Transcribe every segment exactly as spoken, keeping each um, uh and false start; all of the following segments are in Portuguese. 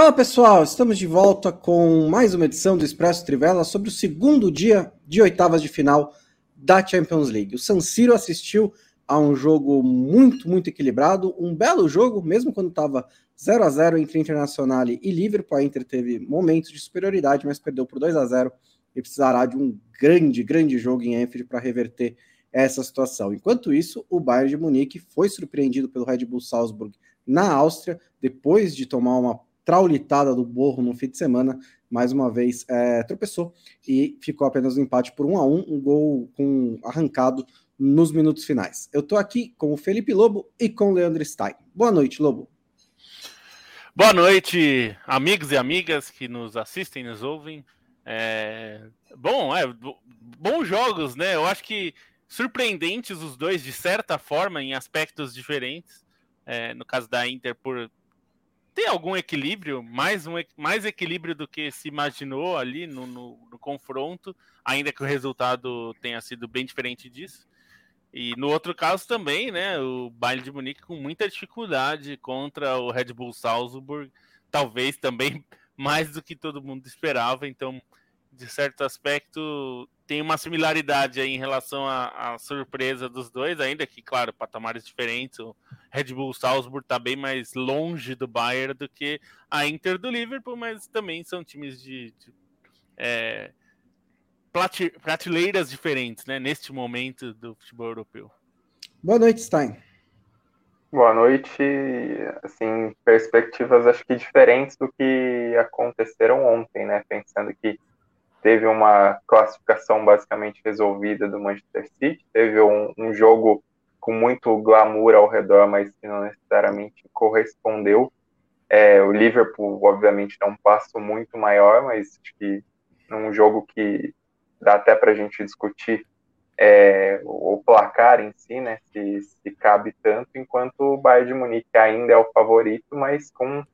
Fala pessoal, estamos de volta com mais uma edição do Expresso Trivela sobre o segundo dia de oitavas de final da Champions League. O San Siro assistiu a um jogo muito, muito equilibrado, um belo jogo, mesmo quando estava zero a zero entre Internacional e Liverpool. A Inter teve momentos de superioridade, mas perdeu por dois a zero e precisará de um grande, grande jogo em Anfield para reverter essa situação. Enquanto isso, o Bayern de Munique foi surpreendido pelo Red Bull Salzburg na Áustria, depois de tomar uma traulitada do Borro no fim de semana, mais uma vez é, tropeçou e ficou apenas no empate por um a um, um gol com arrancado nos minutos finais. Eu tô aqui com o Felipe Lobo e com o Leandro Stein. Boa noite, Lobo. Boa noite, amigos e amigas que nos assistem, nos ouvem. É... Bom, é, bons jogos, né? Eu acho que surpreendentes os dois, de certa forma, em aspectos diferentes. É, no caso da Inter, por ter algum equilíbrio, mais, um, mais equilíbrio do que se imaginou ali no, no, no confronto, ainda que o resultado tenha sido bem diferente disso. E no outro caso também, né, o Bayern de Munique com muita dificuldade contra o Red Bull Salzburg, talvez também mais do que todo mundo esperava. Então, de certo aspecto, tem uma similaridade aí em relação à, à surpresa dos dois, ainda que, claro, patamares diferentes. O Red Bull Salzburg está bem mais longe do Bayern do que a Inter do Liverpool, mas também são times de, de é, prateleiras diferentes, né, neste momento do futebol europeu. Boa noite, Stein. Boa noite. Assim, perspectivas acho que diferentes do que aconteceram ontem, né? Pensando que teve uma classificação basicamente resolvida do Manchester City, teve um, um jogo com muito glamour ao redor, mas que não necessariamente correspondeu. É, o Liverpool, obviamente, dá um passo muito maior, mas acho que num jogo que dá até para a gente discutir é, o placar em si, né, se, se cabe tanto, enquanto o Bayern de Munique ainda é o favorito, mas com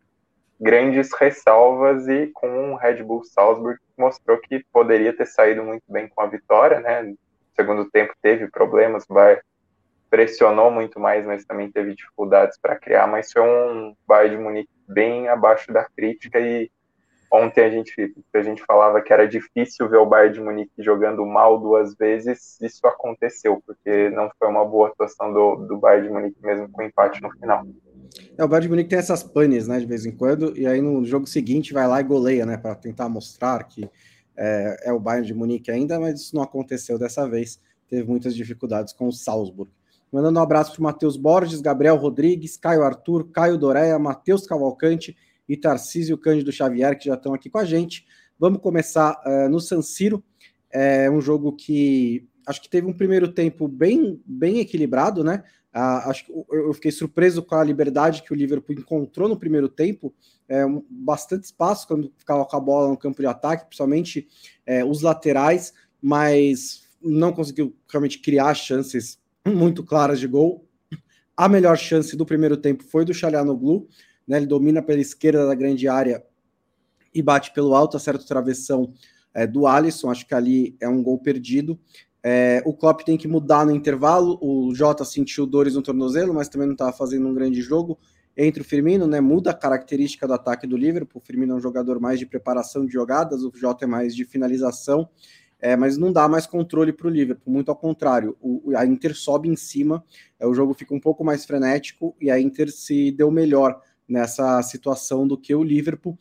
grandes ressalvas e com o Red Bull Salzburg que mostrou que poderia ter saído muito bem com a vitória, né? No segundo tempo teve problemas, o Bayern pressionou muito mais, mas também teve dificuldades para criar, mas foi um Bayern de Munique bem abaixo da crítica. E ontem a gente, a gente falava que era difícil ver o Bayern de Munique jogando mal duas vezes, isso aconteceu, porque não foi uma boa atuação do, do Bayern de Munique mesmo com empate no final. É, o Bayern de Munique tem essas panes, né, de vez em quando, e aí no jogo seguinte vai lá e goleia, né, para tentar mostrar que é, é o Bayern de Munique ainda, mas isso não aconteceu dessa vez, teve muitas dificuldades com o Salzburg. Mandando um abraço para o Matheus Borges, Gabriel Rodrigues, Caio Arthur, Caio Doréia, Matheus Cavalcante e Tarcísio Cândido Xavier, que já estão aqui com a gente. Vamos começar uh, no San Siro, é um jogo que acho que teve um primeiro tempo bem, bem equilibrado, né? Uh, acho que eu fiquei surpreso com a liberdade que o Liverpool encontrou no primeiro tempo, é, um, bastante espaço quando ficava com a bola no campo de ataque, principalmente é, os laterais, mas não conseguiu realmente criar chances muito claras de gol. A melhor chance do primeiro tempo foi do Çalhanoğlu, né? Ele domina pela esquerda da grande área e bate pelo alto, acerta o travessão é, do Alisson, acho que ali é um gol perdido. É, o Klopp tem que mudar no intervalo, o Jota sentiu dores no tornozelo, mas também não estava fazendo um grande jogo. Entre o Firmino, né, muda a característica do ataque do Liverpool. O Firmino é um jogador mais de preparação de jogadas, o Jota é mais de finalização, é, mas não dá mais controle para o Liverpool, muito ao contrário, o, a Inter sobe em cima, é, o jogo fica um pouco mais frenético e a Inter se deu melhor nessa situação do que o Liverpool.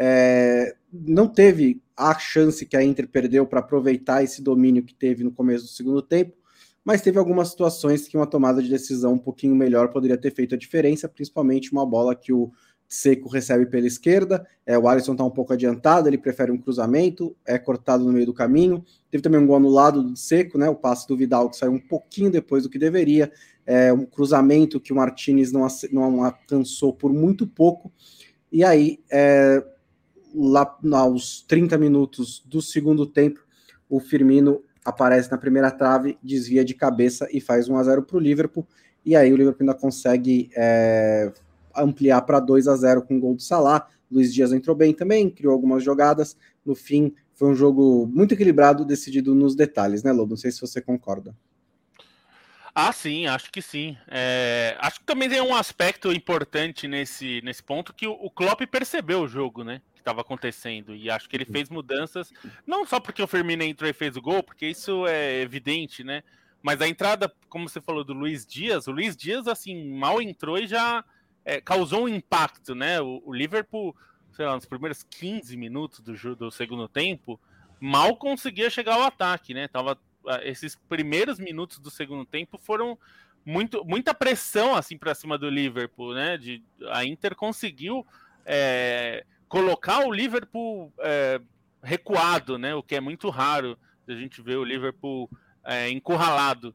É, não teve a chance que a Inter perdeu para aproveitar esse domínio que teve no começo do segundo tempo, mas teve algumas situações que uma tomada de decisão um pouquinho melhor poderia ter feito a diferença, principalmente uma bola que o Seco recebe pela esquerda, é, o Alisson está um pouco adiantado, ele prefere um cruzamento, é cortado no meio do caminho. Teve também um gol anulado do Seco, né, o passe do Vidal que saiu um pouquinho depois do que deveria, é, um cruzamento que o Martínez não, não alcançou por muito pouco, e aí é, lá aos trinta minutos do segundo tempo, o Firmino aparece na primeira trave, desvia de cabeça e faz um a zero para o Liverpool, e aí o Liverpool ainda consegue é, ampliar para dois a zero com o gol do Salah. Luiz Dias entrou bem também, criou algumas jogadas, no fim foi um jogo muito equilibrado, decidido nos detalhes, né, Lobo? Não sei se você concorda. Ah, sim, acho que sim. É, acho que também tem um aspecto importante nesse, nesse ponto que o, o Klopp percebeu o jogo, né? Que estava acontecendo. E acho que ele fez mudanças, não só porque o Firmino entrou e fez o gol, porque isso é evidente, né? Mas a entrada, como você falou, do Luiz Dias, o Luiz Dias, assim, mal entrou e já é, causou um impacto, né? O, o Liverpool, sei lá, nos primeiros quinze minutos do, do segundo tempo, mal conseguia chegar ao ataque, né? Tava esses primeiros minutos do segundo tempo foram muito, muita pressão assim para cima do Liverpool, né? De, a Inter conseguiu é, colocar o Liverpool é, recuado, né? O que é muito raro a gente ver o Liverpool é, encurralado.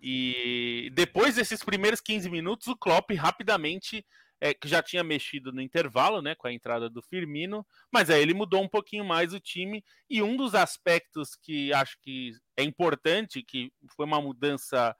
E depois desses primeiros quinze minutos, o Klopp rapidamente, é, que já tinha mexido no intervalo, né? Com a entrada do Firmino, mas aí ele mudou um pouquinho mais o time. E um dos aspectos que acho que é importante, que foi uma mudança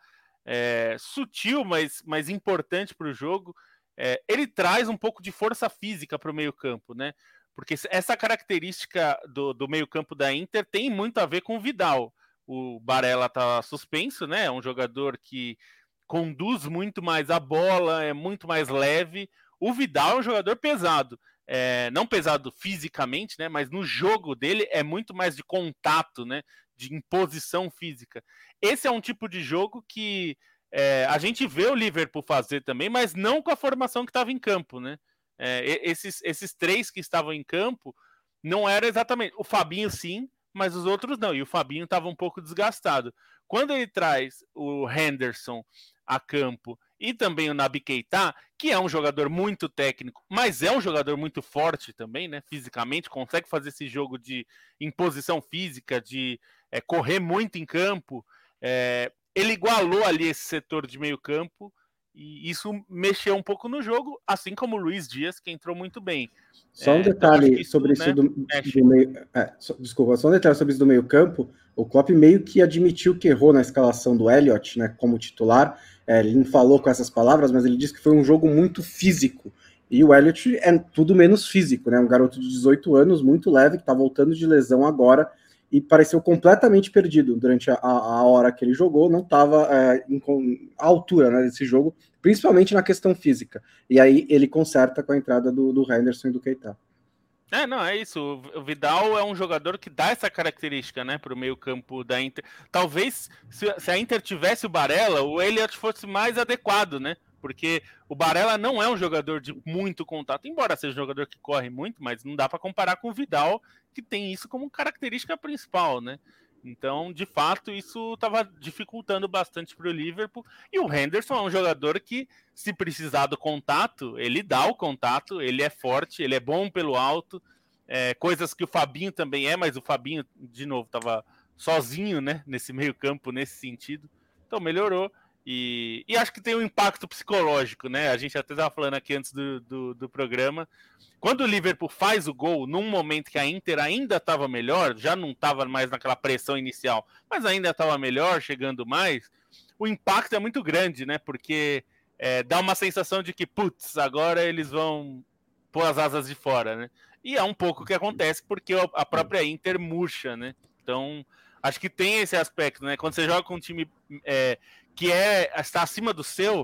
é, sutil, mas, mas importante para o jogo, é, ele traz um pouco de força física para o meio-campo, né? Porque essa característica do, do meio-campo da Inter tem muito a ver com o Vidal. O Barella está suspenso, né? É um jogador que conduz muito mais a bola, é muito mais leve. O Vidal é um jogador pesado. É, não pesado fisicamente, né, mas no jogo dele é muito mais de contato, né, de imposição física. Esse é um tipo de jogo que é, a gente vê o Liverpool fazer também, mas não com a formação que estava em campo, né? É, esses, esses três que estavam em campo não era exatamente o Fabinho, sim, mas os outros não. E o Fabinho estava um pouco desgastado. Quando ele traz o Henderson a campo e também o Naby Keita, que é um jogador muito técnico, mas é um jogador muito forte também, né? Fisicamente, consegue fazer esse jogo de imposição física, de é, correr muito em campo. É, ele igualou ali esse setor de meio campo e isso mexeu um pouco no jogo, assim como o Luiz Dias, que entrou muito bem. Só um É, detalhe então isso, sobre isso né, do, do meio. É, só, desculpa, só um detalhe sobre isso do meio-campo. O Klopp meio que admitiu que errou na escalação do Elliott, né, como titular. É, ele não falou com essas palavras, mas ele disse que foi um jogo muito físico. E o Elliott é tudo menos físico, né? Um garoto de dezoito anos, muito leve, que está voltando de lesão agora e pareceu completamente perdido durante a, a hora que ele jogou, não estava é, à altura, né, desse jogo, principalmente na questão física. E aí ele conserta com a entrada do, do Henderson e do Keita. É, não, é isso. O Vidal é um jogador que dá essa característica, né, para o meio-campo da Inter. Talvez se, se a Inter tivesse o Barella, o Elliott fosse mais adequado, né? Porque o Barella não é um jogador de muito contato, embora seja um jogador que corre muito, mas não dá para comparar com o Vidal, que tem isso como característica principal, né? Então, de fato, isso estava dificultando bastante para o Liverpool. E o Henderson é um jogador que, se precisar do contato, ele dá o contato, ele é forte, ele é bom pelo alto, é, coisas que o Fabinho também é, mas o Fabinho, de novo, estava sozinho, né, nesse meio campo, nesse sentido. Então, melhorou. E, e acho que tem um impacto psicológico, né? A gente até estava falando aqui antes do, do, do programa. Quando o Liverpool faz o gol, num momento que a Inter ainda estava melhor, já não estava mais naquela pressão inicial, mas ainda estava melhor, chegando mais, o impacto é muito grande, né? Porque é, dá uma sensação de que, putz, agora eles vão pôr as asas de fora, né? E é um pouco o que acontece, porque a própria Inter murcha, né? Então, acho que tem esse aspecto, né? Quando você joga com um time é, que é, está acima do seu,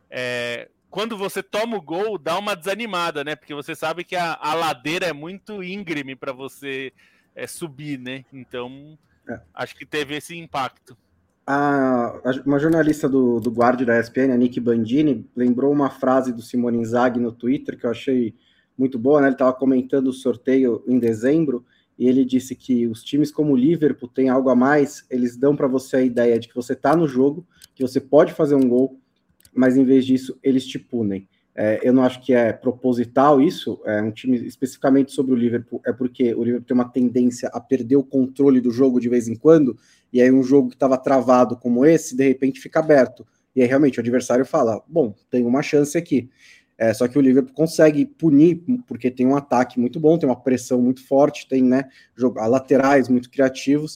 é, quando você toma o gol, dá uma desanimada, né? Porque você sabe que a, a ladeira é muito íngreme para você é, subir, né? Então, é. acho que teve esse impacto. A, uma jornalista do, do Guardian da E S P N, a Nick Bandini, lembrou uma frase do Simone Inzaghi no Twitter que eu achei muito boa, né? Ele estava comentando o sorteio em dezembro e ele disse que os times como o Liverpool têm algo a mais, eles dão para você a ideia de que você está no jogo, que você pode fazer um gol, mas em vez disso, eles te punem. É, eu não acho que é proposital isso, é um time especificamente sobre o Liverpool, é porque o Liverpool tem uma tendência a perder o controle do jogo de vez em quando, e aí um jogo que estava travado como esse, de repente fica aberto. E aí realmente o adversário fala, bom, tem uma chance aqui. É, só que o Liverpool consegue punir, porque tem um ataque muito bom, tem uma pressão muito forte, tem, né, laterais muito criativos,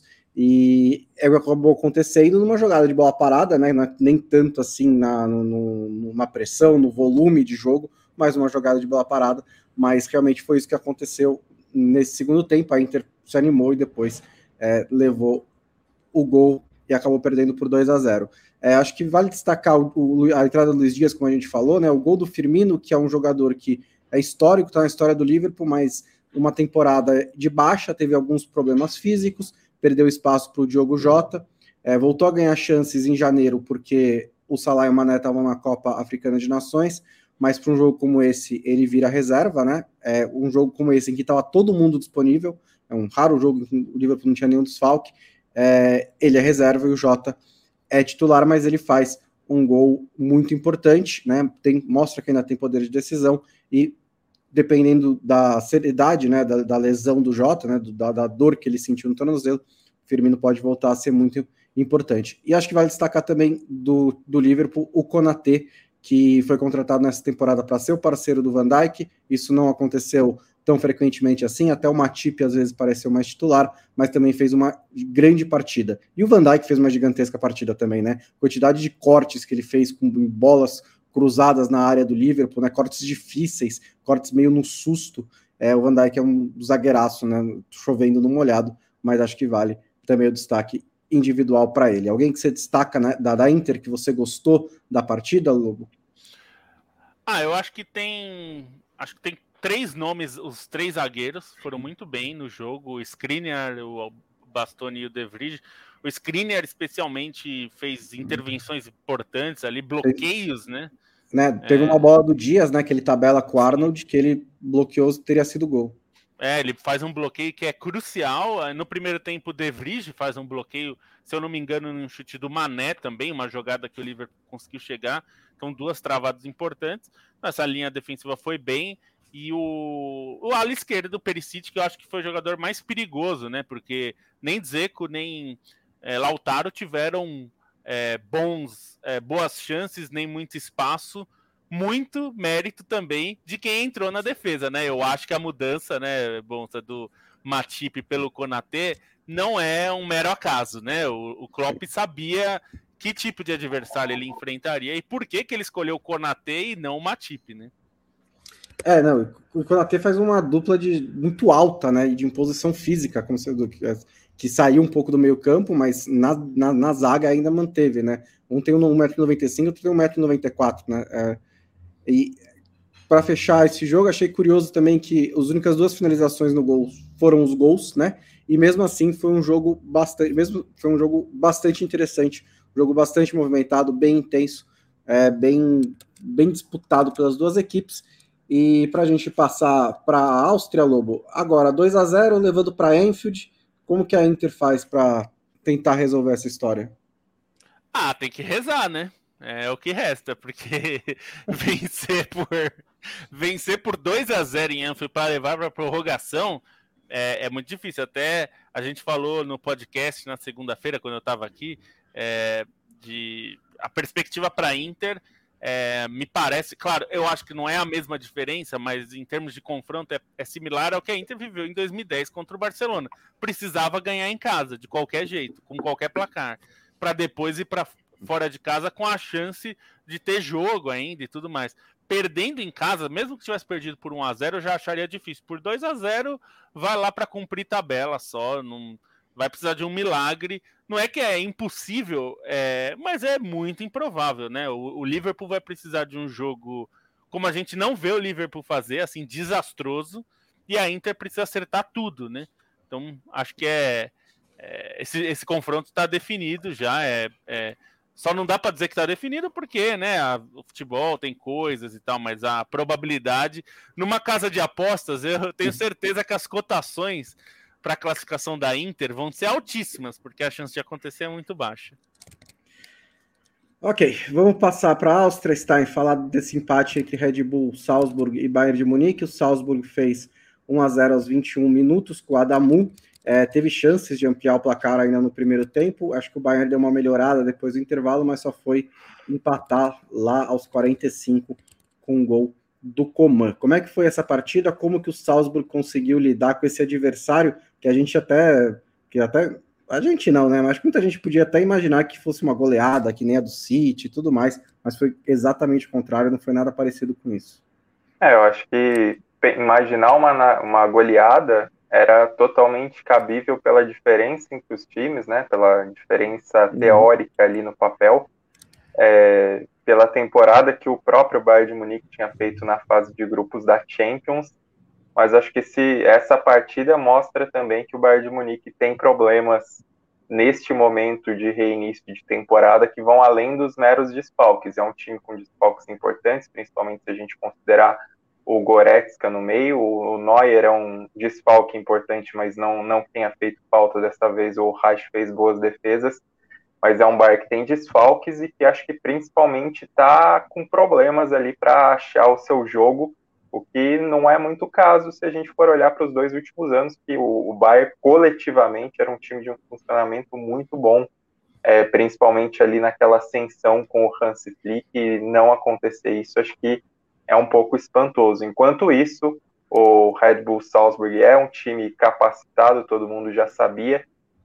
e é o que acabou acontecendo numa jogada de bola parada, né? Nem tanto assim na, no, na pressão, no volume de jogo, mas uma jogada de bola parada. Mas realmente foi isso que aconteceu nesse segundo tempo. A Inter se animou e depois é, levou o gol e acabou perdendo por dois a zero. É, acho que vale destacar o, o, a entrada do Luiz Dias, como a gente falou, né? O gol do Firmino, que é um jogador que é histórico, está na história do Liverpool, mas uma temporada de baixa, teve alguns problemas físicos, perdeu espaço para o Diogo Jota, é, voltou a ganhar chances em janeiro, porque o Salah e o Mané estavam na Copa Africana de Nações, mas para um jogo como esse, ele vira reserva, né? É um jogo como esse, em que estava todo mundo disponível, é um raro jogo em que o Liverpool não tinha nenhum desfalque, é, ele é reserva e o Jota é titular, mas ele faz um gol muito importante, né? Tem, mostra que ainda tem poder de decisão e, dependendo da seriedade, né, da, da lesão do Jota, né, da, da dor que ele sentiu no tornozelo, o Firmino pode voltar a ser muito importante. E acho que vale destacar também do, do Liverpool o Konaté, que foi contratado nessa temporada para ser o parceiro do Van Dijk. Isso não aconteceu tão frequentemente assim, até o Matip às vezes pareceu mais titular, mas também fez uma grande partida. E o Van Dijk fez uma gigantesca partida também, né? Quantidade de cortes que ele fez com bolas cruzadas na área do Liverpool, né? Cortes difíceis, cortes meio no susto. É, o Van Dijk é um zagueiraço, né? Chovendo no molhado, mas acho que vale também o destaque individual para ele. Alguém que você destaca, né, da, da Inter, que você gostou da partida, Lobo? Ah, eu acho que tem acho que tem três nomes, os três zagueiros foram muito bem no jogo, o Skriniar, o Bastoni e o De Vrij. O Skriniar especialmente fez intervenções importantes ali, bloqueios, né? né teve é... uma bola do Dias, né, que ele tabela com o Arnold, que ele bloqueou, teria sido gol. É, ele faz um bloqueio que é crucial. No primeiro tempo, o De Vrij faz um bloqueio, se eu não me engano, num chute do Mané também, uma jogada que o Liverpool conseguiu chegar. Então, duas travadas importantes. Essa linha defensiva foi bem. E o, o ala esquerdo do Perisic, que eu acho que foi o jogador mais perigoso, né? Porque nem Dzeko, nem é, Lautaro tiveram é, bons, é, boas chances, nem muito espaço. Muito mérito também de quem entrou na defesa, né? Eu acho que a mudança, né, Bonsa, do Matip pelo Konaté não é um mero acaso, né? O, o Klopp sabia que tipo de adversário ele enfrentaria e por que que ele escolheu o Konaté e não o Matip, né? É, não, o Konaté faz uma dupla de muito alta, né, e de imposição física, como você, que saiu um pouco do meio campo, mas na, na, na zaga ainda manteve, né? Um tem um metro e noventa e cinco, outro tem um metro e noventa e quatro, né? É, e para fechar esse jogo, achei curioso também que as únicas duas finalizações no gol foram os gols, né? E mesmo assim foi um jogo bastante, mesmo foi um jogo bastante interessante, um jogo bastante movimentado, bem intenso, é, bem, bem disputado pelas duas equipes. E para a gente passar para a Áustria, Lobo, agora dois a zero levando para Anfield, como que a Inter faz para tentar resolver essa história? Ah, tem que rezar, né? É o que resta, porque vencer por vencer por dois a zero em Anfield para levar para a prorrogação é, é muito difícil. Até a gente falou no podcast na segunda-feira, quando eu estava aqui, é, de a perspectiva para a Inter. É, me parece, claro, eu acho que não é a mesma diferença, mas em termos de confronto é, é similar ao que a Inter viveu em dois mil e dez contra o Barcelona. Precisava ganhar em casa, de qualquer jeito, com qualquer placar, para depois ir para fora de casa com a chance de ter jogo ainda e tudo mais. Perdendo em casa, mesmo que tivesse perdido por um a zero, eu já acharia difícil. Por dois a zero, vai lá para cumprir tabela só, não vai precisar de um milagre. Não é que é impossível, é, mas é muito improvável, né? O, o Liverpool vai precisar de um jogo como a gente não vê o Liverpool fazer, assim, desastroso, e a Inter precisa acertar tudo, né? Então, acho que é, é esse, esse confronto está definido já, é, é só não dá para dizer que está definido porque, né, a, o futebol tem coisas e tal, mas a probabilidade, numa casa de apostas, eu tenho certeza que as cotações para a classificação da Inter vão ser altíssimas, porque a chance de acontecer é muito baixa. Ok, vamos passar para a Áustria, Stein, falar desse empate entre Red Bull, Salzburg e Bayern de Munique. O Salzburg fez um a zero aos vinte e um minutos com o Adamu. É, teve chances de ampliar o placar ainda no primeiro tempo. Acho que o Bayern deu uma melhorada depois do intervalo, mas só foi empatar lá aos quarenta e cinco com um gol do Coman. Como é que foi essa partida? Como que o Salzburg conseguiu lidar com esse adversário que a gente até... Que até a gente não, né? Mas muita gente podia até imaginar que fosse uma goleada, que nem a do City e tudo mais, mas foi exatamente o contrário, não foi nada parecido com isso. É, eu acho que imaginar uma, uma goleada... era totalmente cabível pela diferença entre os times, né? Pela diferença Uhum. teórica ali no papel, é, pela temporada que o próprio Bayern de Munique tinha feito na fase de grupos da Champions. Mas acho que se essa partida mostra também que o Bayern de Munique tem problemas neste momento de reinício de temporada que vão além dos meros desfalques. É um time com desfalques importantes, principalmente se a gente considerar o Goretzka no meio. O Neuer é um desfalque importante, mas não, não tenha feito falta dessa vez. O Reich fez boas defesas, mas é um Bayern que tem desfalques e que acho que principalmente está com problemas ali para achar o seu jogo, o que não é muito caso se a gente for olhar para os dois últimos anos, que o, o Bayern coletivamente era um time de um funcionamento muito bom, é, principalmente ali naquela ascensão com o Hansi Flick, e não acontecer isso acho que é um pouco espantoso. Enquanto isso, o Red Bull Salzburg é um time capacitado, todo mundo já sabia,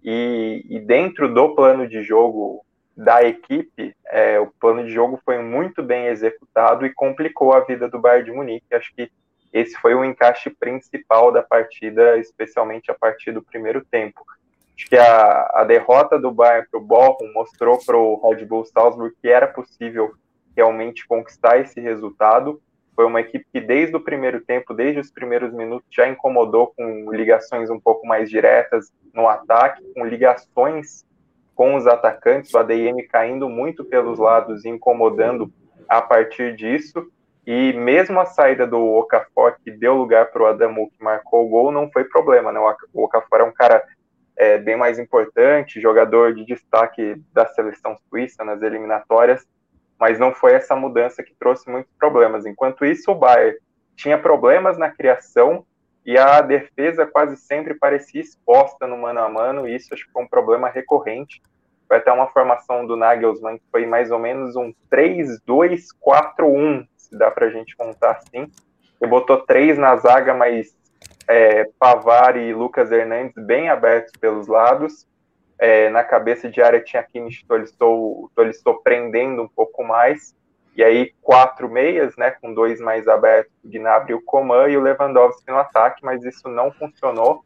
e, e dentro do plano de jogo da equipe, é, o plano de jogo foi muito bem executado e complicou a vida do Bayern de Munique. Acho que esse foi o encaixe principal da partida, especialmente a partir do primeiro tempo. Acho que a, a derrota do Bayern para o Bochum mostrou para o Red Bull Salzburg que era possível realmente conquistar esse resultado. Foi uma equipe que desde o primeiro tempo, desde os primeiros minutos, já incomodou com ligações um pouco mais diretas no ataque, com ligações com os atacantes, o A D M caindo muito pelos lados e incomodando a partir disso. E mesmo a saída do Okafor, que deu lugar para o Adamu, que marcou o gol, não foi problema, né? O Okafor é um cara é, bem mais importante, jogador de destaque da seleção suíça nas eliminatórias, mas não foi essa mudança que trouxe muitos problemas. Enquanto isso, o Bayern tinha problemas na criação e a defesa quase sempre parecia exposta no mano a mano, e isso acho que foi um problema recorrente. Foi até uma formação do Nagelsmann que foi mais ou menos um três dois quatro um, se dá para a gente contar assim. Ele botou três na zaga, mas é, Pavard e Lucas Hernandes bem abertos pelos lados. É, na cabeça de área tinha Kimmich, Tolisso, Tolisso prendendo um pouco mais, e aí quatro meias, né, com dois mais abertos, o Gnabry, o Coman e o Lewandowski no ataque, mas isso não funcionou.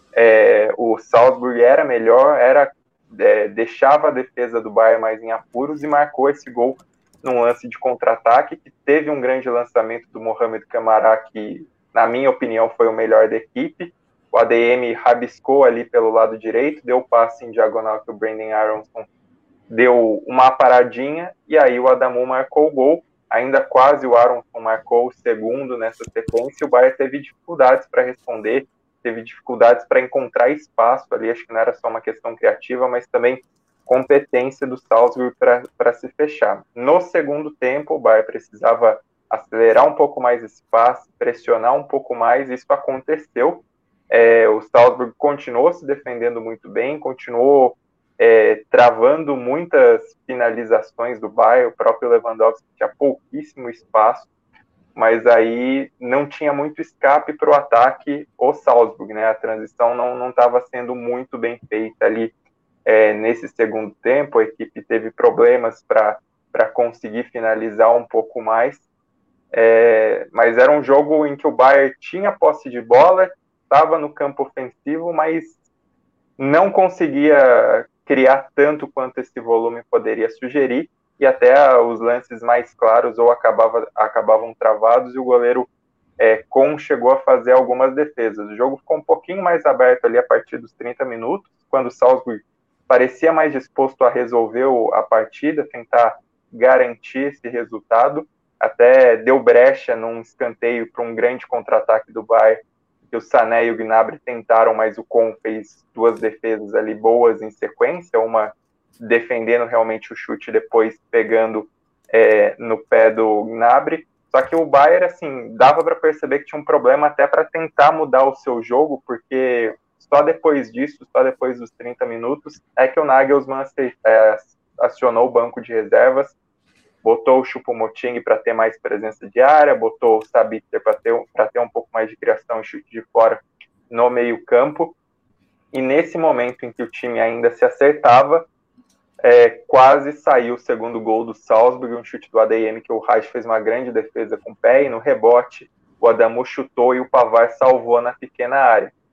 É, o Salzburg era melhor, era, é, deixava a defesa do Bayern mais em apuros e marcou esse gol num lance de contra-ataque, que teve um grande lançamento do Mohamed Camara, que na minha opinião foi o melhor da equipe. O A D M rabiscou ali pelo lado direito, deu passe em diagonal que o Brandon Aronson deu uma paradinha, e aí o Adamu marcou o gol. Ainda quase o Aronson marcou o segundo nessa sequência. O Bayern teve dificuldades para responder, teve dificuldades para encontrar espaço ali. Acho que não era só uma questão criativa, mas também competência do Salzburg para se fechar. No segundo tempo, o Bayern precisava acelerar um pouco mais esse passe, pressionar um pouco mais, isso aconteceu. É, o Salzburg continuou se defendendo muito bem, continuou é, travando muitas finalizações do Bayern. O próprio Lewandowski tinha pouquíssimo espaço, mas aí não tinha muito escape para o ataque o Salzburg, né? A transição não estava sendo muito bem feita ali é, nesse segundo tempo. A equipe teve problemas para conseguir finalizar um pouco mais, é, mas era um jogo em que o Bayern tinha posse de bola, estava no campo ofensivo, mas não conseguia criar tanto quanto esse volume poderia sugerir, e até os lances mais claros ou acabava, acabavam travados, e o goleiro é, Kohn chegou a fazer algumas defesas. O jogo ficou um pouquinho mais aberto ali a partir dos trinta minutos, quando o Salzburg parecia mais disposto a resolver a partida, tentar garantir esse resultado, até deu brecha num escanteio para um grande contra-ataque do Bayern, que o Sané e o Gnabry tentaram, mas o Kohn fez duas defesas ali boas em sequência, uma defendendo realmente o chute, depois pegando é, no pé do Gnabry. Só que o Bayern, assim, dava para perceber que tinha um problema até para tentar mudar o seu jogo, porque só depois disso, só depois dos trinta minutos, é que o Nagelsmann é, acionou o banco de reservas, botou o Choupo-Moting para ter mais presença de área, botou o Sabitzer para ter, ter um pouco mais de criação e chute de fora no meio-campo. E nesse momento em que o time ainda se acertava, é, quase saiu o segundo gol do Salzburg, um chute do A D M que o Reich fez uma grande defesa com o pé, e no rebote o Adamu chutou e o Pavard salvou na pequena área.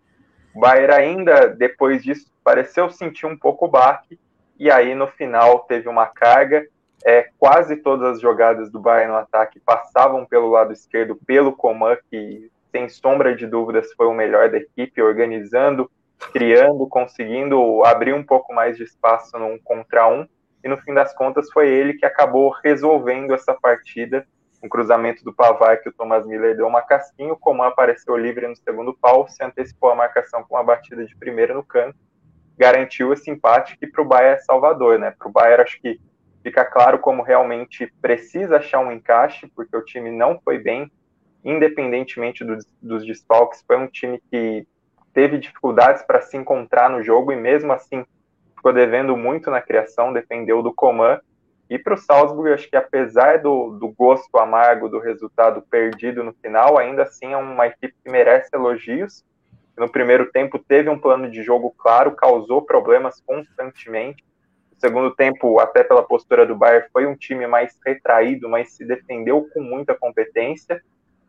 O Bayern ainda, depois disso, pareceu sentir um pouco o baque, e aí no final teve uma carga. É, quase todas as jogadas do Bayern no ataque passavam pelo lado esquerdo, pelo Coman, que sem sombra de dúvidas foi o melhor da equipe, organizando, criando, conseguindo abrir um pouco mais de espaço num contra um, e no fim das contas foi ele que acabou resolvendo essa partida. Um cruzamento do Pavard que o Thomas Müller deu uma casquinha, o Coman apareceu livre no segundo pau, se antecipou a marcação com uma batida de primeira no canto, garantiu esse empate que para o Bayern é salvador, né? Para o Bayern acho que fica claro como realmente precisa achar um encaixe, porque o time não foi bem, independentemente do, dos desfalques, foi um time que teve dificuldades para se encontrar no jogo e mesmo assim ficou devendo muito na criação, dependeu do Coman. E para o Salzburg, acho que apesar do, do gosto amargo do resultado perdido no final, ainda assim é uma equipe que merece elogios. No primeiro tempo teve um plano de jogo claro, causou problemas constantemente. No segundo tempo, até pela postura do Bayern, foi um time mais retraído, mas se defendeu com muita competência,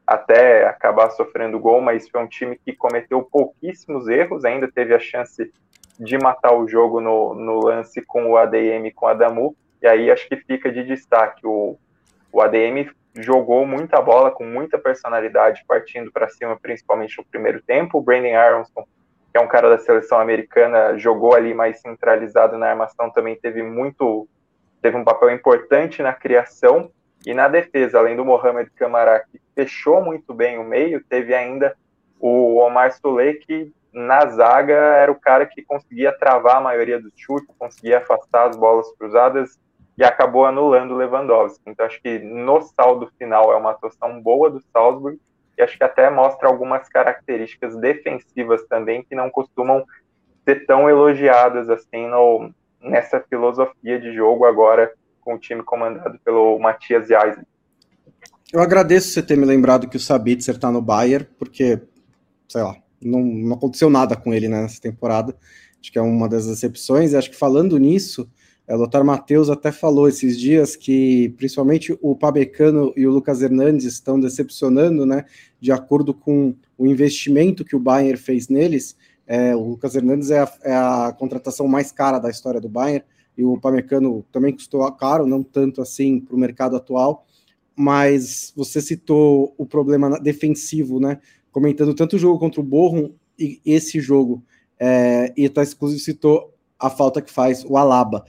até acabar sofrendo gol, mas foi um time que cometeu pouquíssimos erros, ainda teve a chance de matar o jogo no, no lance com o A D M, com o Adamu, e aí acho que fica de destaque, o, o A D M jogou muita bola, com muita personalidade, partindo para cima, principalmente no primeiro tempo. O Brandon Aronson, que é um cara da seleção americana, jogou ali mais centralizado na armação, também teve muito, teve um papel importante na criação. E na defesa, além do Mohamed Camara, que fechou muito bem o meio, teve ainda o Omar Soulé, que na zaga era o cara que conseguia travar a maioria dos chutes, conseguia afastar as bolas cruzadas, e acabou anulando o Lewandowski. Então acho que no saldo final é uma atuação boa do Salzburg, e acho que até mostra algumas características defensivas também que não costumam ser tão elogiadas assim no, nessa filosofia de jogo agora com o time comandado pelo Matthias Jaisler. Eu agradeço você ter me lembrado que o Sabitzer está no Bayern, porque, sei lá, não, não aconteceu nada com ele, né, nessa temporada. Acho que é uma das decepções, e acho que falando nisso, o Lothar Matthäus até falou esses dias que principalmente o Pamecano e o Lucas Hernandes estão decepcionando, né, de acordo com o investimento que o Bayern fez neles. É, o Lucas Hernandes é a, é a contratação mais cara da história do Bayern, e o Pamecano também custou caro, não tanto assim para o mercado atual, mas você citou o problema defensivo, né, comentando tanto o jogo contra o Bochum e esse jogo, é, e tá, inclusive citou a falta que faz o Alaba.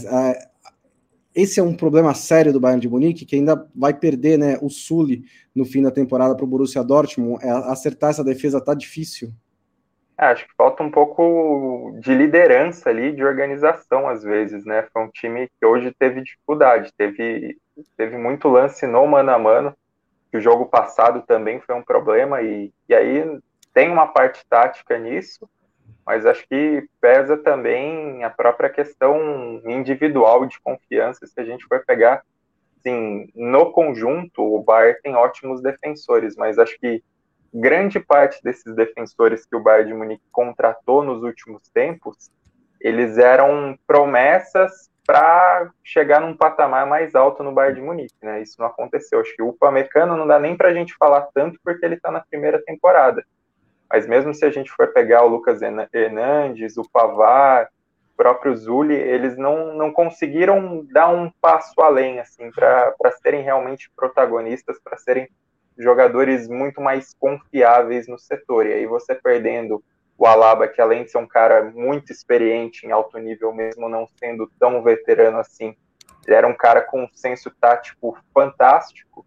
Esse é um problema sério do Bayern de Munique, que ainda vai perder, né, o Sully no fim da temporada para o Borussia Dortmund. É, acertar essa defesa tá difícil. É, acho que falta um pouco de liderança ali, de organização às vezes, né? Foi um time que hoje teve dificuldade, teve, teve muito lance no mano a mano, que o jogo passado também foi um problema, e, e aí tem uma parte tática nisso, mas acho que pesa também a própria questão individual de confiança. Se a gente for pegar, assim, no conjunto, o Bayern tem ótimos defensores, mas acho que grande parte desses defensores que o Bayern de Munique contratou nos últimos tempos, eles eram promessas para chegar num patamar mais alto no Bayern de Munique, né? Isso não aconteceu. Acho que o Upamecano não dá nem para a gente falar tanto porque ele está na primeira temporada. Mas mesmo se a gente for pegar o Lucas Hernandes, o Pavard, o próprio Zulli, eles não, não conseguiram dar um passo além, assim, para serem realmente protagonistas, para serem jogadores muito mais confiáveis no setor. E aí você perdendo o Alaba, que além de ser um cara muito experiente em alto nível, mesmo não sendo tão veterano assim, ele era um cara com um senso tático fantástico.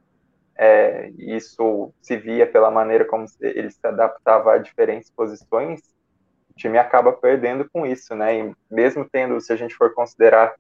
É, isso se via pela maneira como ele se adaptava a diferentes posições. O time acaba perdendo com isso, né? E mesmo tendo, se a gente for considerar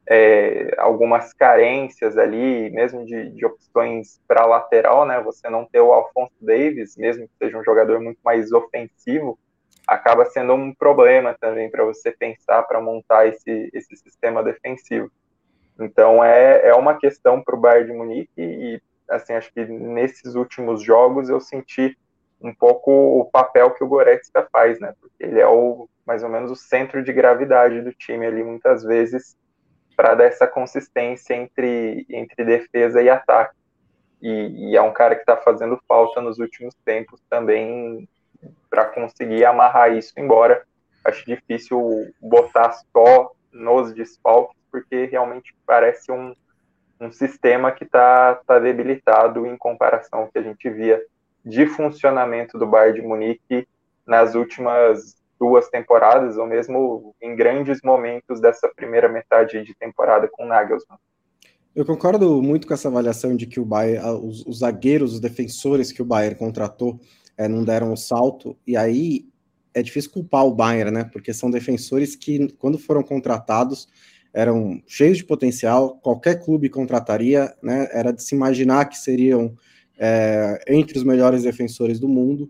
é, algumas carências ali, mesmo de, de opções para lateral, né? Você não ter o Alphonso Davies, mesmo que seja um jogador muito mais ofensivo, acaba sendo um problema também para você pensar, para montar esse, esse sistema defensivo. Então é, é uma questão para o Bayern de Munique, e assim, acho que nesses últimos jogos eu senti um pouco o papel que o Goretzka faz, né? Porque ele é o, mais ou menos o centro de gravidade do time ali, muitas vezes, para dar essa consistência entre, entre defesa e ataque. E, e é um cara que está fazendo falta nos últimos tempos também, para conseguir amarrar isso, embora acho difícil botar só nos desfalques, porque realmente parece um, um sistema que está tá debilitado em comparação ao que a gente via de funcionamento do Bayern de Munique nas últimas duas temporadas, ou mesmo em grandes momentos dessa primeira metade de temporada com o Nagelsmann. Eu concordo muito com essa avaliação de que o Bayern, os, os zagueiros, os defensores que o Bayern contratou é, não deram o salto, e aí é difícil culpar o Bayern, né? Porque são defensores que, quando foram contratados, eram cheios de potencial, qualquer clube contrataria, né? Era de se imaginar que seriam é, entre os melhores defensores do mundo,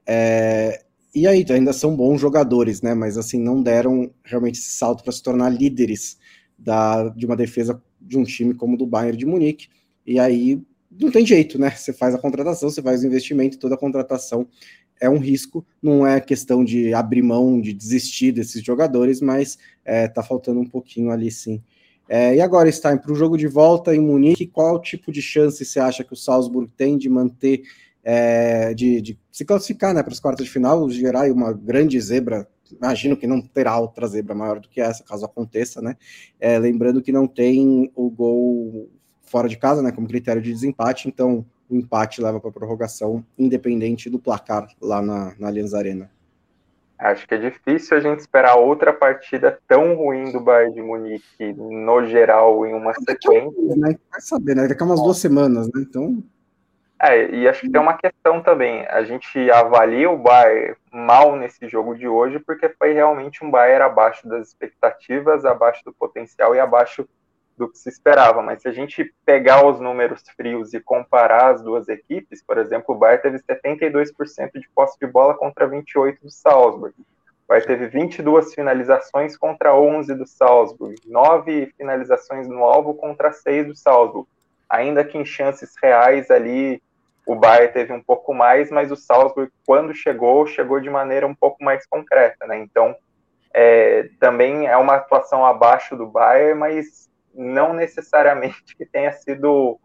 é, e aí ainda são bons jogadores, né? Mas assim, não deram realmente esse salto para se tornar líderes da, de uma defesa de um time como o do Bayern de Munique, e aí não tem jeito, né? Você faz a contratação, você faz o investimento, toda a contratação é um risco, não é questão de abrir mão, de desistir desses jogadores, mas é, tá faltando um pouquinho ali, sim. É, e agora, Stein, para o jogo de volta em Munique, qual tipo de chance você acha que o Salzburg tem de manter, é, de, de se classificar, né, para as quartas de final, gerar uma grande zebra? Imagino que não terá outra zebra maior do que essa, caso aconteça, né? É, lembrando que não tem o gol fora de casa, né, como critério de desempate, então o empate leva para a prorrogação, independente do placar lá na, na Allianz Arena. Acho que é difícil a gente esperar outra partida tão ruim do Bayern de Munique, no geral, em uma sequência. Né? Vai saber, né? Daqui a umas duas semanas, né? Então... É, e acho que tem uma questão também. A gente avalia o Bayern mal nesse jogo de hoje porque foi realmente um Bayern abaixo das expectativas, abaixo do potencial e abaixo do que se esperava. Mas se a gente pegar os números frios e comparar as duas equipes, por exemplo, o Bayern teve setenta e dois por cento de posse de bola contra vinte e oito por cento do Salzburg. O Bayern teve vinte e duas finalizações contra onze do Salzburg, nove finalizações no alvo contra seis do Salzburg. Ainda que em chances reais ali o Bayern teve um pouco mais, mas o Salzburg, quando chegou, chegou de maneira um pouco mais concreta, né? Então, é, também é uma atuação abaixo do Bayern, mas não necessariamente que tenha sido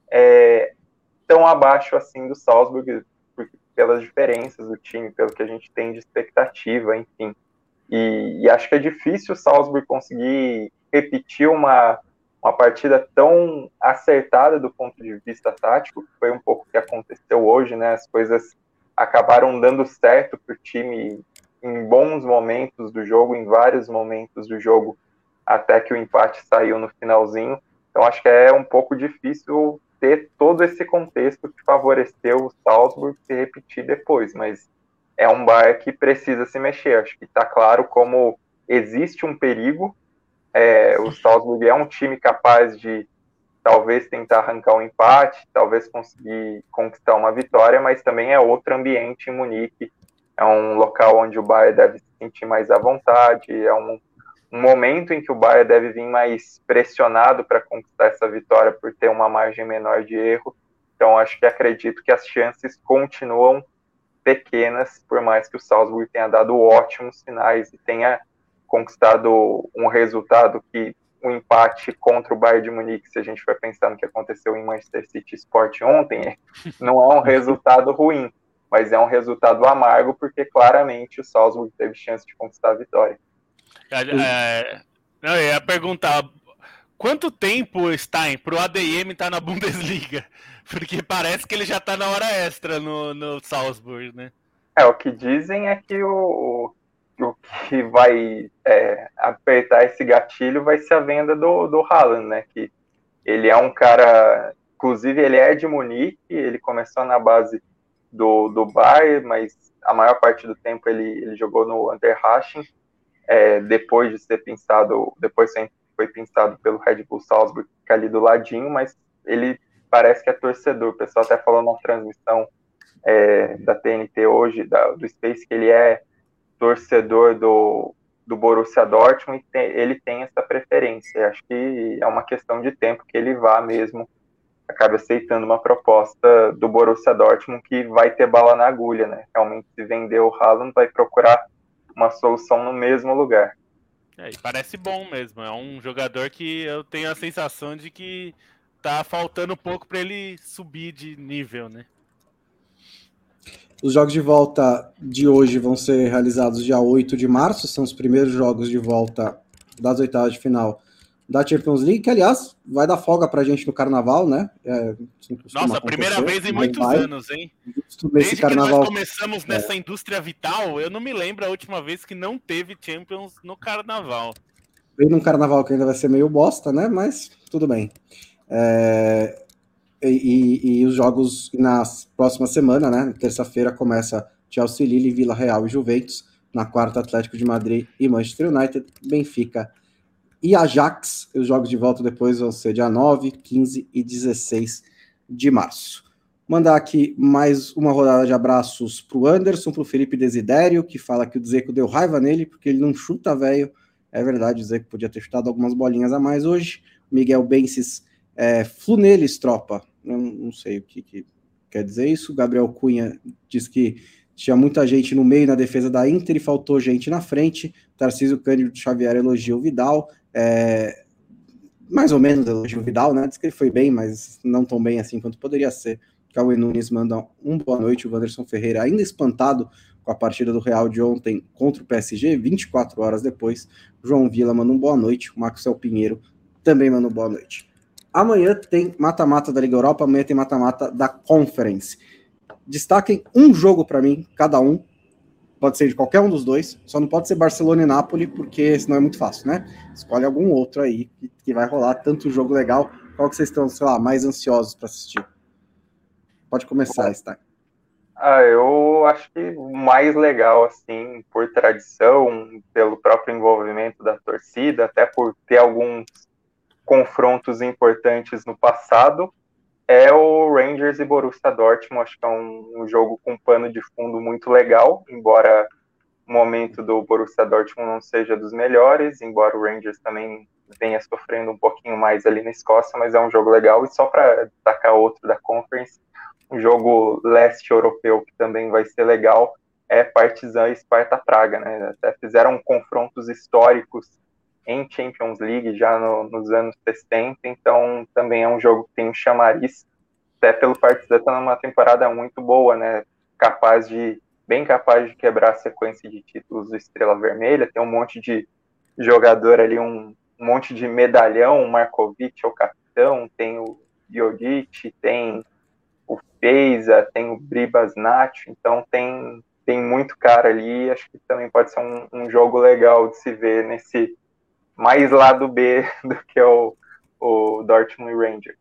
é, tão abaixo assim do Salzburg, pelas diferenças do time, pelo que a gente tem de expectativa, enfim. E, e acho que é difícil o Salzburg conseguir repetir uma, uma partida tão acertada do ponto de vista tático, que foi um pouco o que aconteceu hoje, né? As coisas acabaram dando certo para o time em bons momentos do jogo, em vários momentos do jogo, até que o empate saiu no finalzinho. Então acho que é um pouco difícil ter todo esse contexto que favoreceu o Salzburg se repetir depois, mas é um Bayern que precisa se mexer. Acho que está claro como existe um perigo. É, o Salzburg é um time capaz de talvez tentar arrancar um empate, talvez conseguir conquistar uma vitória, mas também é outro ambiente em Munique. É um local onde o Bayern deve se sentir mais à vontade, é um, um momento em que o Bayern deve vir mais pressionado para conquistar essa vitória por ter uma margem menor de erro. Então acho que acredito que as chances continuam pequenas, por mais que o Salzburg tenha dado ótimos sinais e tenha conquistado um resultado que um empate contra o Bayern de Munique, se a gente for pensar no que aconteceu em Manchester City Sport ontem, não é um resultado ruim, mas é um resultado amargo, porque claramente o Salzburg teve chance de conquistar a vitória. É, não, eu ia perguntar, quanto tempo, Stein, pro A D M estar tá na Bundesliga? Porque parece que ele já tá na hora extra no, no Salzburg, né? É, o que dizem é que o, o que vai é, apertar esse gatilho vai ser a venda do, do Haaland, né? Que ele é um cara, inclusive ele é de Munique, ele começou na base do, do Bayern, mas a maior parte do tempo ele, ele jogou no Unterhaching, é, depois de ser pensado, depois foi pensado pelo Red Bull Salzburg, que fica ali do ladinho, mas ele parece que é torcedor. O pessoal até falou na transmissão é, da T N T hoje, da, do Space, que ele é torcedor do, do Borussia Dortmund, e tem, ele tem essa preferência. Acho que é uma questão de tempo que ele vá mesmo, acabe aceitando uma proposta do Borussia Dortmund que vai ter bala na agulha, né? Realmente, se vender o Haaland, vai procurar uma solução no mesmo lugar. É, parece bom mesmo. É um jogador que eu tenho a sensação de que tá faltando um pouco para ele subir de nível, né? Os jogos de volta de hoje vão ser realizados dia oito de março, são os primeiros jogos de volta das oitavas de final da Champions League, que, aliás, vai dar folga pra gente no Carnaval, né? É, Nossa, primeira vez em muitos vai. anos, hein? Justo nesse Desde carnaval... que nós começamos nessa é. indústria vital, eu não me lembro a última vez que não teve Champions no Carnaval. Veio num Carnaval que ainda vai ser meio bosta, né? Mas tudo bem. É... E, e, e os jogos na próxima semana, né? Terça-feira começa Chelsea, Lille, Vila Real e Juventus. Na quarta, Atlético de Madrid e Manchester United, Benfica e Ajax. Os jogos de volta depois vão ser dia nove, quinze e dezesseis de março. Mandar aqui mais uma rodada de abraços para o Anderson, para o Felipe Desidério, que fala que o Dzeko deu raiva nele, porque ele não chuta, velho. É verdade, o Dzeko podia ter chutado algumas bolinhas a mais hoje. Miguel Bences, é, Fluneles, tropa. Eu não sei o que, que quer dizer isso. Gabriel Cunha diz que tinha muita gente no meio na defesa da Inter e faltou gente na frente. Tarcísio Cândido Xavier elogia o Vidal. É, mais ou menos elogia o Vidal, né? Diz que ele foi bem, mas não tão bem assim quanto poderia ser. Cauê Nunes manda um boa noite. O Wanderson Ferreira ainda espantado com a partida do Real de ontem contra o P S G, vinte e quatro horas depois. João Vila manda um boa noite. O Maxwell Pinheiro também manda um boa noite. Amanhã tem mata-mata da Liga Europa, amanhã tem mata-mata da Conference. Destaquem um jogo para mim, cada um. Pode ser de qualquer um dos dois, só não pode ser Barcelona e Napoli, porque senão é muito fácil, né? Escolhe algum outro aí que, que vai rolar tanto jogo legal. Qual que vocês estão, sei lá, mais ansiosos para assistir? Pode começar, Stein. Ah, eu acho que o mais legal, assim, por tradição, pelo próprio envolvimento da torcida, até por ter alguns confrontos importantes no passado, é o Rangers e Borussia Dortmund. Acho que é um, um jogo com pano de fundo muito legal, embora o momento do Borussia Dortmund não seja dos melhores, embora o Rangers também venha sofrendo um pouquinho mais ali na Escócia, mas é um jogo legal. E só para destacar outro da Conference, um jogo leste europeu que também vai ser legal, é Partizan e Sparta Praga, né? Até fizeram confrontos históricos em Champions League já no, nos anos sessenta, então também é um jogo que tem um chamariz, até pelo Partizan tá numa temporada muito boa, né? Capaz de, bem capaz de quebrar a sequência de títulos do Estrela Vermelha, tem um monte de jogador ali, um, um monte de medalhão, o Markovic é o capitão, tem o Jovic, tem o Feiza, tem o Bribas Nacho, então tem, tem muito cara ali, acho que também pode ser um, um jogo legal de se ver nesse mais lado B do que o, o Dortmund e Rangers.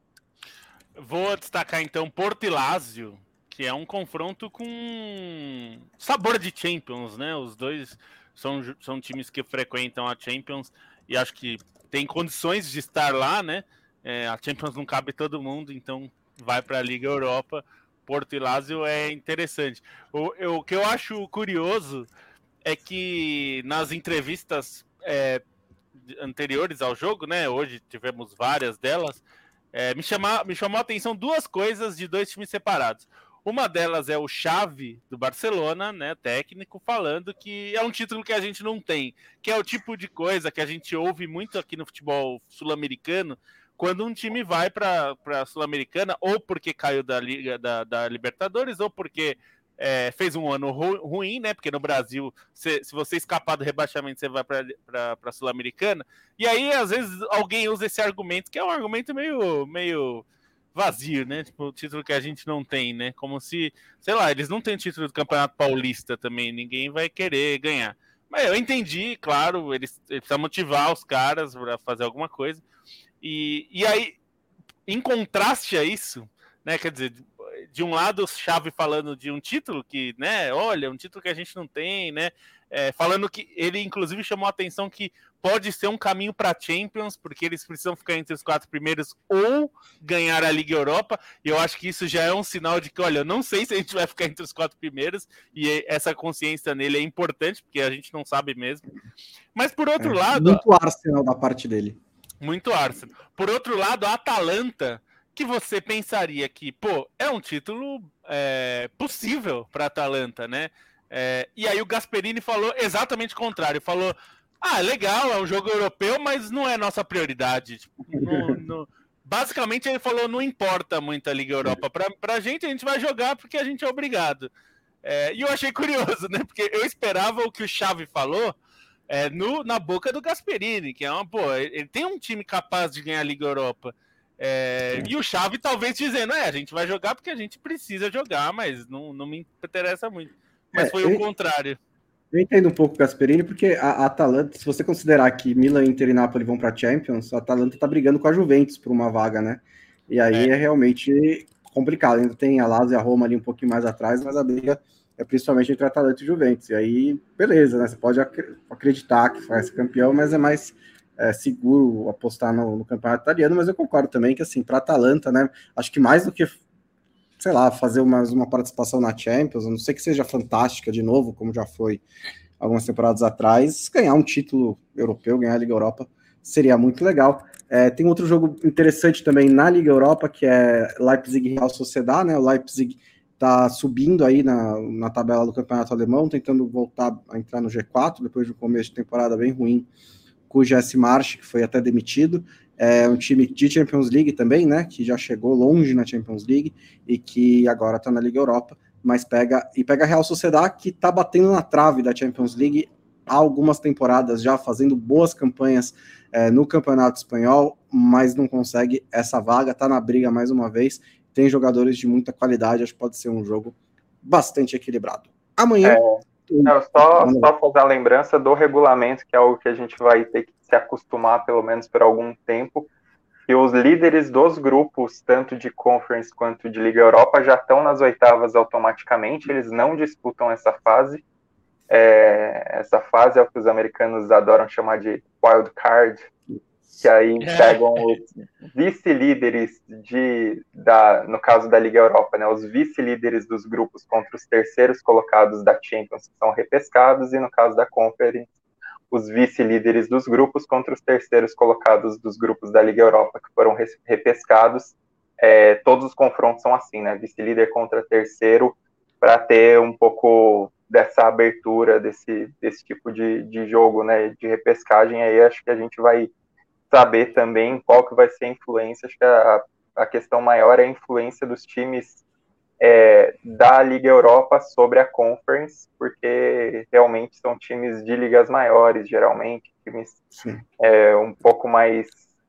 Vou destacar então Porto e Lazio, que é um confronto com sabor de Champions, né? Os dois são, são times que frequentam a Champions e acho que tem condições de estar lá, né? É, a Champions não cabe todo mundo, então vai para a Liga Europa. Porto e Lazio é interessante. O, eu, o que eu acho curioso é que nas entrevistas é, anteriores ao jogo, né? Hoje tivemos várias delas. É, me, chama, me chamou a atenção duas coisas de dois times separados. Uma delas é o Xavi do Barcelona, né, técnico, falando que é um título que a gente não tem, que é o tipo de coisa que a gente ouve muito aqui no futebol sul-americano, quando um time vai para a Sul-Americana, ou porque caiu da, Liga, da, da Libertadores, ou porque é, fez um ano ru, ruim, né? Porque no Brasil, se, se você escapar do rebaixamento, você vai para a Sul-Americana. E aí, às vezes, alguém usa esse argumento, que é um argumento meio, meio vazio, né? Tipo, o título que a gente não tem, né? Como se, sei lá, eles não têm o título do Campeonato Paulista também, ninguém vai querer ganhar. Mas eu entendi, claro, eles, eles precisam motivar os caras para fazer alguma coisa. E, e aí, em contraste a isso, né, quer dizer, de um lado o Xavi falando de um título que, né, olha, um título que a gente não tem, né, é, falando que ele inclusive chamou a atenção que pode ser um caminho para Champions, porque eles precisam ficar entre os quatro primeiros ou ganhar a Liga Europa, e eu acho que isso já é um sinal de que, olha, eu não sei se a gente vai ficar entre os quatro primeiros, e essa consciência nele é importante, porque a gente não sabe mesmo. Mas por outro é, lado... Muito Arsenal da parte dele. Muito Arsenal. Por outro lado, a Atalanta, que você pensaria que, pô, é um título é, possível para a Atalanta, né? É, e aí o Gasperini falou exatamente o contrário. Falou, ah, legal, é um jogo europeu, mas não é nossa prioridade. Tipo, no, no... Basicamente ele falou, não importa muito a Liga Europa. Para a gente, a gente vai jogar porque a gente é obrigado. É, e eu achei curioso, né? Porque eu esperava o que o Xavi falou é, no, na boca do Gasperini, que é uma, pô, ele tem um time capaz de ganhar a Liga Europa. É, e o Xavi talvez dizendo, é, a gente vai jogar porque a gente precisa jogar, mas não, não me interessa muito. Mas é, foi eu, o contrário. Eu entendo um pouco o Gasperini, porque a, a Atalanta, se você considerar que Milan, Inter e Napoli vão para a Champions, a Atalanta tá brigando com a Juventus por uma vaga, né? E aí é, é realmente complicado. Ainda tem a Lazio e a Roma ali um pouquinho mais atrás, mas a briga é principalmente entre Atalanta e Juventus. E aí, beleza, né? Você pode ac- acreditar que vai ser campeão, mas é mais é, seguro apostar no, no campeonato italiano. Mas eu concordo também que, assim, para a Atalanta, né? Acho que mais do que, sei lá, fazer uma, uma participação na Champions, a não sei que seja fantástica de novo, como já foi algumas temporadas atrás, ganhar um título europeu, ganhar a Liga Europa, seria muito legal. É, tem outro jogo interessante também na Liga Europa, que é Leipzig e Real Sociedad, né? O Leipzig está subindo aí na, na tabela do campeonato alemão, tentando voltar a entrar no G quatro, depois de um começo de temporada bem ruim, com o Jesse Marsch, que foi até demitido. É um time de Champions League também, né? Que já chegou longe na Champions League e que agora está na Liga Europa, mas pega e pega a Real Sociedad, que está batendo na trave da Champions League há algumas temporadas já, fazendo boas campanhas é, no Campeonato Espanhol, mas não consegue essa vaga, está na briga mais uma vez, tem jogadores de muita qualidade, acho que pode ser um jogo bastante equilibrado. Amanhã... É, não, só, só fazer a lembrança do regulamento, que é algo que a gente vai ter que se acostumar, pelo menos por algum tempo, que os líderes dos grupos, tanto de Conference quanto de Liga Europa, já estão nas oitavas automaticamente, eles não disputam essa fase. É, essa fase é o que os americanos adoram chamar de wild card, que aí pegam os vice-líderes de, da, no caso da Liga Europa, né, os vice-líderes dos grupos contra os terceiros colocados da Champions, que são repescados, e no caso da Conference, os vice-líderes dos grupos contra os terceiros colocados dos grupos da Liga Europa, que foram repescados. É, todos os confrontos são assim, né, vice-líder contra terceiro, para ter um pouco dessa abertura, desse, desse tipo de, de jogo, né, de repescagem. Aí acho que a gente vai saber também qual que vai ser a influência. Acho que a, a questão maior é a influência dos times é, da Liga Europa sobre a Conference, porque realmente são times de ligas maiores, geralmente, times é, um pouco mais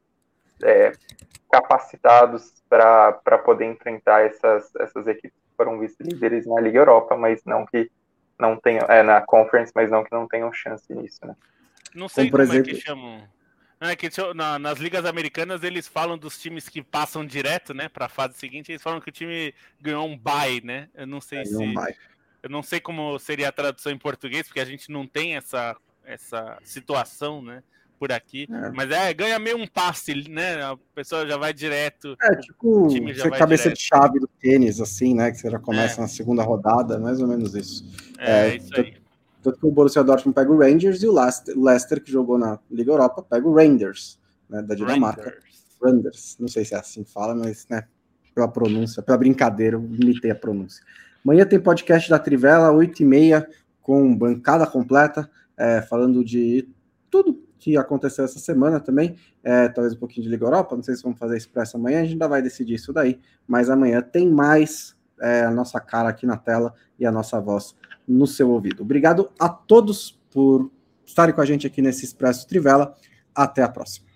é, capacitados para poder enfrentar essas, essas equipes que foram vice-líderes na Liga Europa, mas não que não tenham, é, na Conference, mas não que não tenham chance nisso, né? Não sei como, como exemplo... é que chamam. É que na, nas ligas americanas eles falam dos times que passam direto, né, para a fase seguinte. Eles falam que o time ganhou um bye, né? Eu não sei é, se um eu não sei como seria a tradução em português, porque a gente não tem essa essa situação, né, por aqui. É. Mas é ganha meio um passe, né? A pessoa já vai direto. É tipo o time já vai cabeça direto. De chave do tênis, assim, né? Que você já começa é. na segunda rodada, mais ou menos isso. É, é isso aí. Tanto que o Borussia Dortmund pega o Rangers e o Leicester, Leicester, que jogou na Liga Europa, pega o Rangers, né, da Dinamarca. Rangers, não sei se é assim que fala, mas, né, pela pronúncia, pela brincadeira, eu imitei a pronúncia. Amanhã tem podcast da Trivela, oito e meia, com bancada completa, é, falando de tudo que aconteceu essa semana também, é, talvez um pouquinho de Liga Europa, não sei se vamos fazer expresso amanhã, a gente ainda vai decidir isso daí, mas amanhã tem mais é, a nossa cara aqui na tela e a nossa voz no seu ouvido. Obrigado a todos por estarem com a gente aqui nesse Expresso Trivela. Até a próxima.